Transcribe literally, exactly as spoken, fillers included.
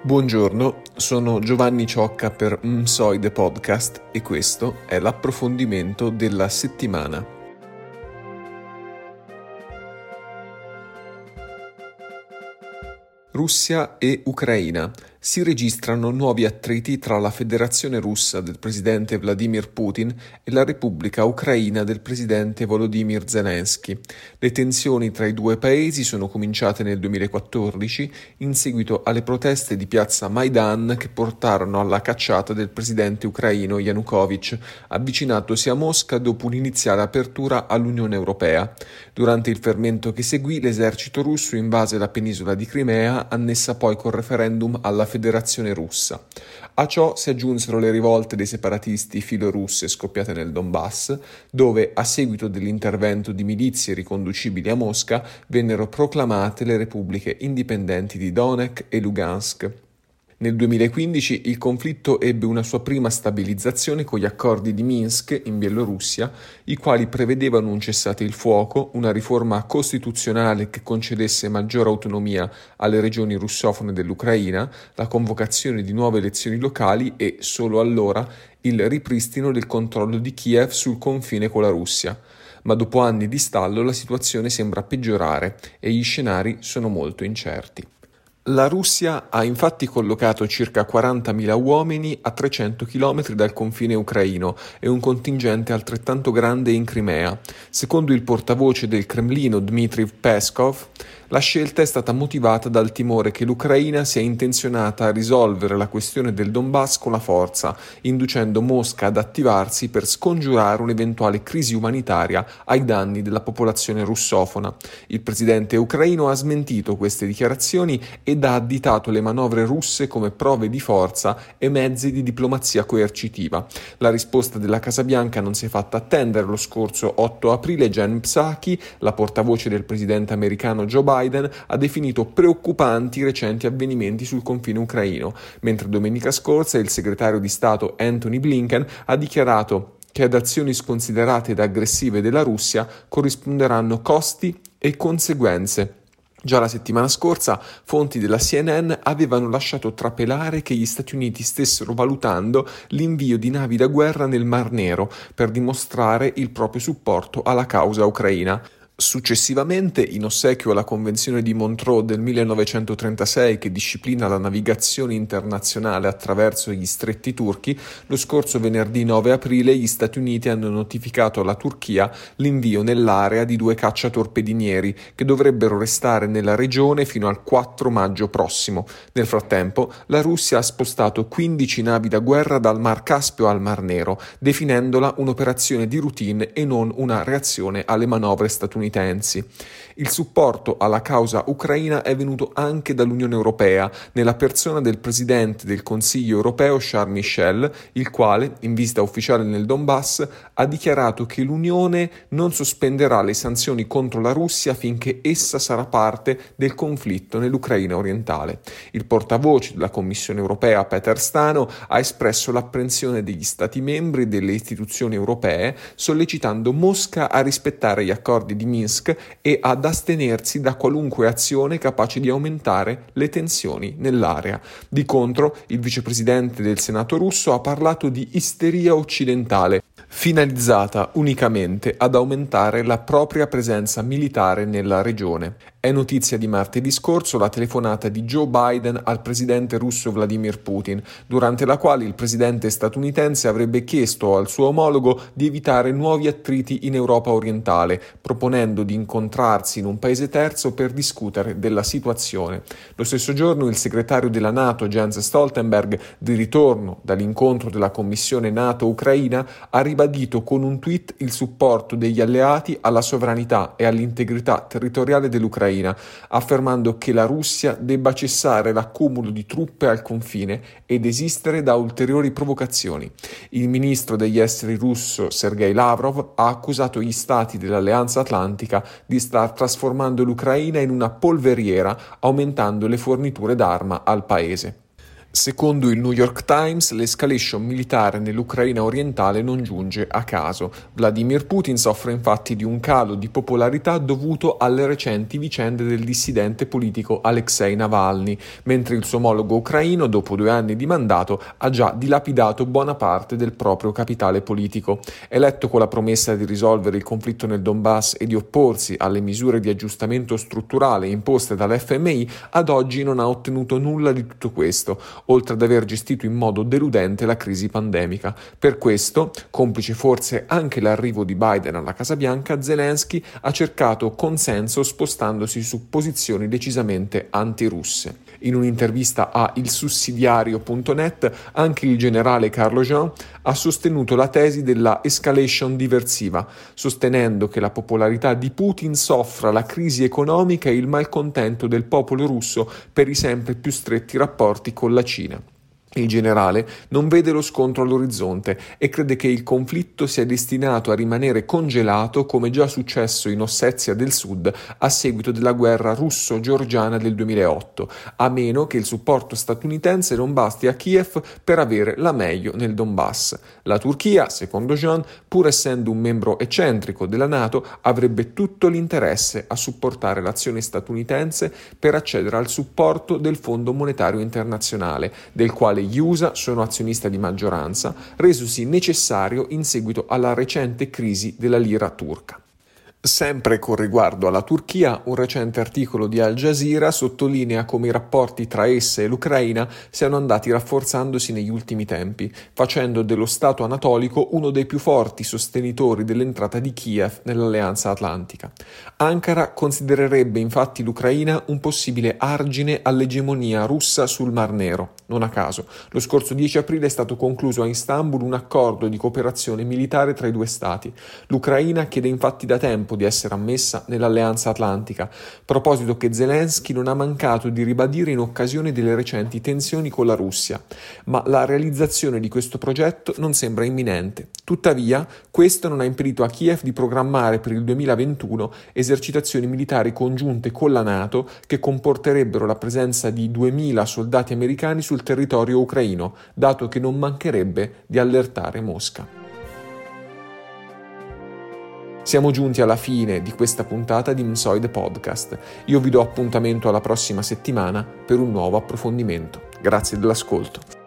Buongiorno, sono Giovanni Ciocca per Msoide Podcast e questo è l'approfondimento della settimana. Russia e Ucraina. Si registrano nuovi attriti tra la Federazione Russa del presidente Vladimir Putin e la Repubblica Ucraina del presidente Volodymyr Zelensky. Le tensioni tra i due paesi sono cominciate nel duemilaquattordici in seguito alle proteste di piazza Maidan che portarono alla cacciata del presidente ucraino Yanukovych, avvicinatosi a Mosca dopo un'iniziale apertura all'Unione Europea. Durante il fermento che seguì, l'esercito russo invase la penisola di Crimea, annessa poi col referendum alla Federazione Russa. A ciò si aggiunsero le rivolte dei separatisti filorusse scoppiate nel Donbass, dove, a seguito dell'intervento di milizie riconducibili a Mosca, vennero proclamate le repubbliche indipendenti di Donetsk e Lugansk. Nel duemilaquindici il conflitto ebbe una sua prima stabilizzazione con gli accordi di Minsk in Bielorussia, i quali prevedevano un cessate il fuoco, una riforma costituzionale che concedesse maggiore autonomia alle regioni russofone dell'Ucraina, la convocazione di nuove elezioni locali e, solo allora, il ripristino del controllo di Kiev sul confine con la Russia. Ma dopo anni di stallo la situazione sembra peggiorare e gli scenari sono molto incerti. La Russia ha infatti collocato circa quarantamila uomini a trecento chilometri dal confine ucraino e un contingente altrettanto grande in Crimea. Secondo il portavoce del Cremlino Dmitry Peskov, la scelta è stata motivata dal timore che l'Ucraina sia intenzionata a risolvere la questione del Donbass con la forza, inducendo Mosca ad attivarsi per scongiurare un'eventuale crisi umanitaria ai danni della popolazione russofona. Il presidente ucraino ha smentito queste dichiarazioni ed ha additato le manovre russe come prove di forza e mezzi di diplomazia coercitiva. La risposta della Casa Bianca non si è fatta attendere. Lo scorso otto aprile Jen Psaki, la portavoce del presidente americano Joe Biden, ha definito preoccupanti i recenti avvenimenti sul confine ucraino, mentre domenica scorsa il segretario di Stato Antony Blinken ha dichiarato che ad azioni sconsiderate ed aggressive della Russia corrisponderanno costi e conseguenze. Già la settimana scorsa, fonti della C N N avevano lasciato trapelare che gli Stati Uniti stessero valutando l'invio di navi da guerra nel Mar Nero per dimostrare il proprio supporto alla causa ucraina. Successivamente, in ossequio alla Convenzione di Montreux del millenovecentotrentasei che disciplina la navigazione internazionale attraverso gli stretti turchi, lo scorso venerdì nove aprile gli Stati Uniti hanno notificato alla Turchia l'invio nell'area di due cacciatorpedinieri che dovrebbero restare nella regione fino al quattro maggio prossimo. Nel frattempo, la Russia ha spostato quindici navi da guerra dal Mar Caspio al Mar Nero, definendola un'operazione di routine e non una reazione alle manovre statunitensi. Il supporto alla causa ucraina è venuto anche dall'Unione Europea, nella persona del presidente del Consiglio europeo Charles Michel, il quale, in visita ufficiale nel Donbass, ha dichiarato che l'Unione non sospenderà le sanzioni contro la Russia finché essa sarà parte del conflitto nell'Ucraina orientale. Il portavoce della Commissione europea Peter Stano ha espresso l'apprensione degli Stati membri e delle istituzioni europee, sollecitando Mosca a rispettare gli accordi di Minsk e ad astenersi da qualunque azione capace di aumentare le tensioni nell'area. Di contro, il vicepresidente del Senato russo ha parlato di isteria occidentale, finalizzata unicamente ad aumentare la propria presenza militare nella regione. È notizia di martedì scorso la telefonata di Joe Biden al presidente russo Vladimir Putin, durante la quale il presidente statunitense avrebbe chiesto al suo omologo di evitare nuovi attriti in Europa orientale, proponendo di incontrarsi in un paese terzo per discutere della situazione. Lo stesso giorno il segretario della NATO Jens Stoltenberg, di ritorno dall'incontro della Commissione NATO-Ucraina, ha ribadito con un tweet il supporto degli alleati alla sovranità e all'integrità territoriale dell'Ucraina, affermando che la Russia debba cessare l'accumulo di truppe al confine e desistere da ulteriori provocazioni. Il ministro degli esteri russo Sergei Lavrov ha accusato gli stati dell'Alleanza Atlantica di star trasformando l'Ucraina in una polveriera, aumentando le forniture d'arma al paese. Secondo il New York Times, l'escalation militare nell'Ucraina orientale non giunge a caso. Vladimir Putin soffre infatti di un calo di popolarità dovuto alle recenti vicende del dissidente politico Alexei Navalny, mentre il suo omologo ucraino, dopo due anni di mandato, ha già dilapidato buona parte del proprio capitale politico. Eletto con la promessa di risolvere il conflitto nel Donbass e di opporsi alle misure di aggiustamento strutturale imposte dall'F M I, ad oggi non ha ottenuto nulla di tutto questo, oltre ad aver gestito in modo deludente la crisi pandemica. Per questo, complice forse anche l'arrivo di Biden alla Casa Bianca, Zelensky ha cercato consenso spostandosi su posizioni decisamente antirusse. In un'intervista a il sussidiario punto net, anche il generale Carlo Jean ha sostenuto la tesi della escalation diversiva, sostenendo che la popolarità di Putin soffra la crisi economica e il malcontento del popolo russo per i sempre più stretti rapporti con la Cina. Il generale non vede lo scontro all'orizzonte e crede che il conflitto sia destinato a rimanere congelato, come già successo in Ossetia del Sud a seguito della guerra russo-georgiana del duemilaotto, a meno che il supporto statunitense non basti a Kiev per avere la meglio nel Donbass. La Turchia, secondo Jean, pur essendo un membro eccentrico della NATO, avrebbe tutto l'interesse a supportare l'azione statunitense per accedere al supporto del Fondo Monetario Internazionale, del quale gli U S A sono azionista di maggioranza, resosi necessario in seguito alla recente crisi della lira turca. Sempre con riguardo alla Turchia, un recente articolo di Al Jazeera sottolinea come i rapporti tra essa e l'Ucraina siano andati rafforzandosi negli ultimi tempi, facendo dello Stato anatolico uno dei più forti sostenitori dell'entrata di Kiev nell'Alleanza Atlantica. Ankara considererebbe infatti l'Ucraina un possibile argine all'egemonia russa sul Mar Nero. Non a caso, lo scorso dieci aprile è stato concluso a Istanbul un accordo di cooperazione militare tra i due stati. L'Ucraina chiede infatti da tempo di essere ammessa nell'Alleanza Atlantica, proposito che Zelensky non ha mancato di ribadire in occasione delle recenti tensioni con la Russia, ma la realizzazione di questo progetto non sembra imminente. Tuttavia, questo non ha impedito a Kiev di programmare per il duemilaventuno esercitazioni militari congiunte con la NATO che comporterebbero la presenza di duemila soldati americani sul territorio ucraino, dato che non mancherebbe di allertare Mosca. Siamo giunti alla fine di questa puntata di Msoide Podcast. Io vi do appuntamento alla prossima settimana per un nuovo approfondimento. Grazie dell'ascolto.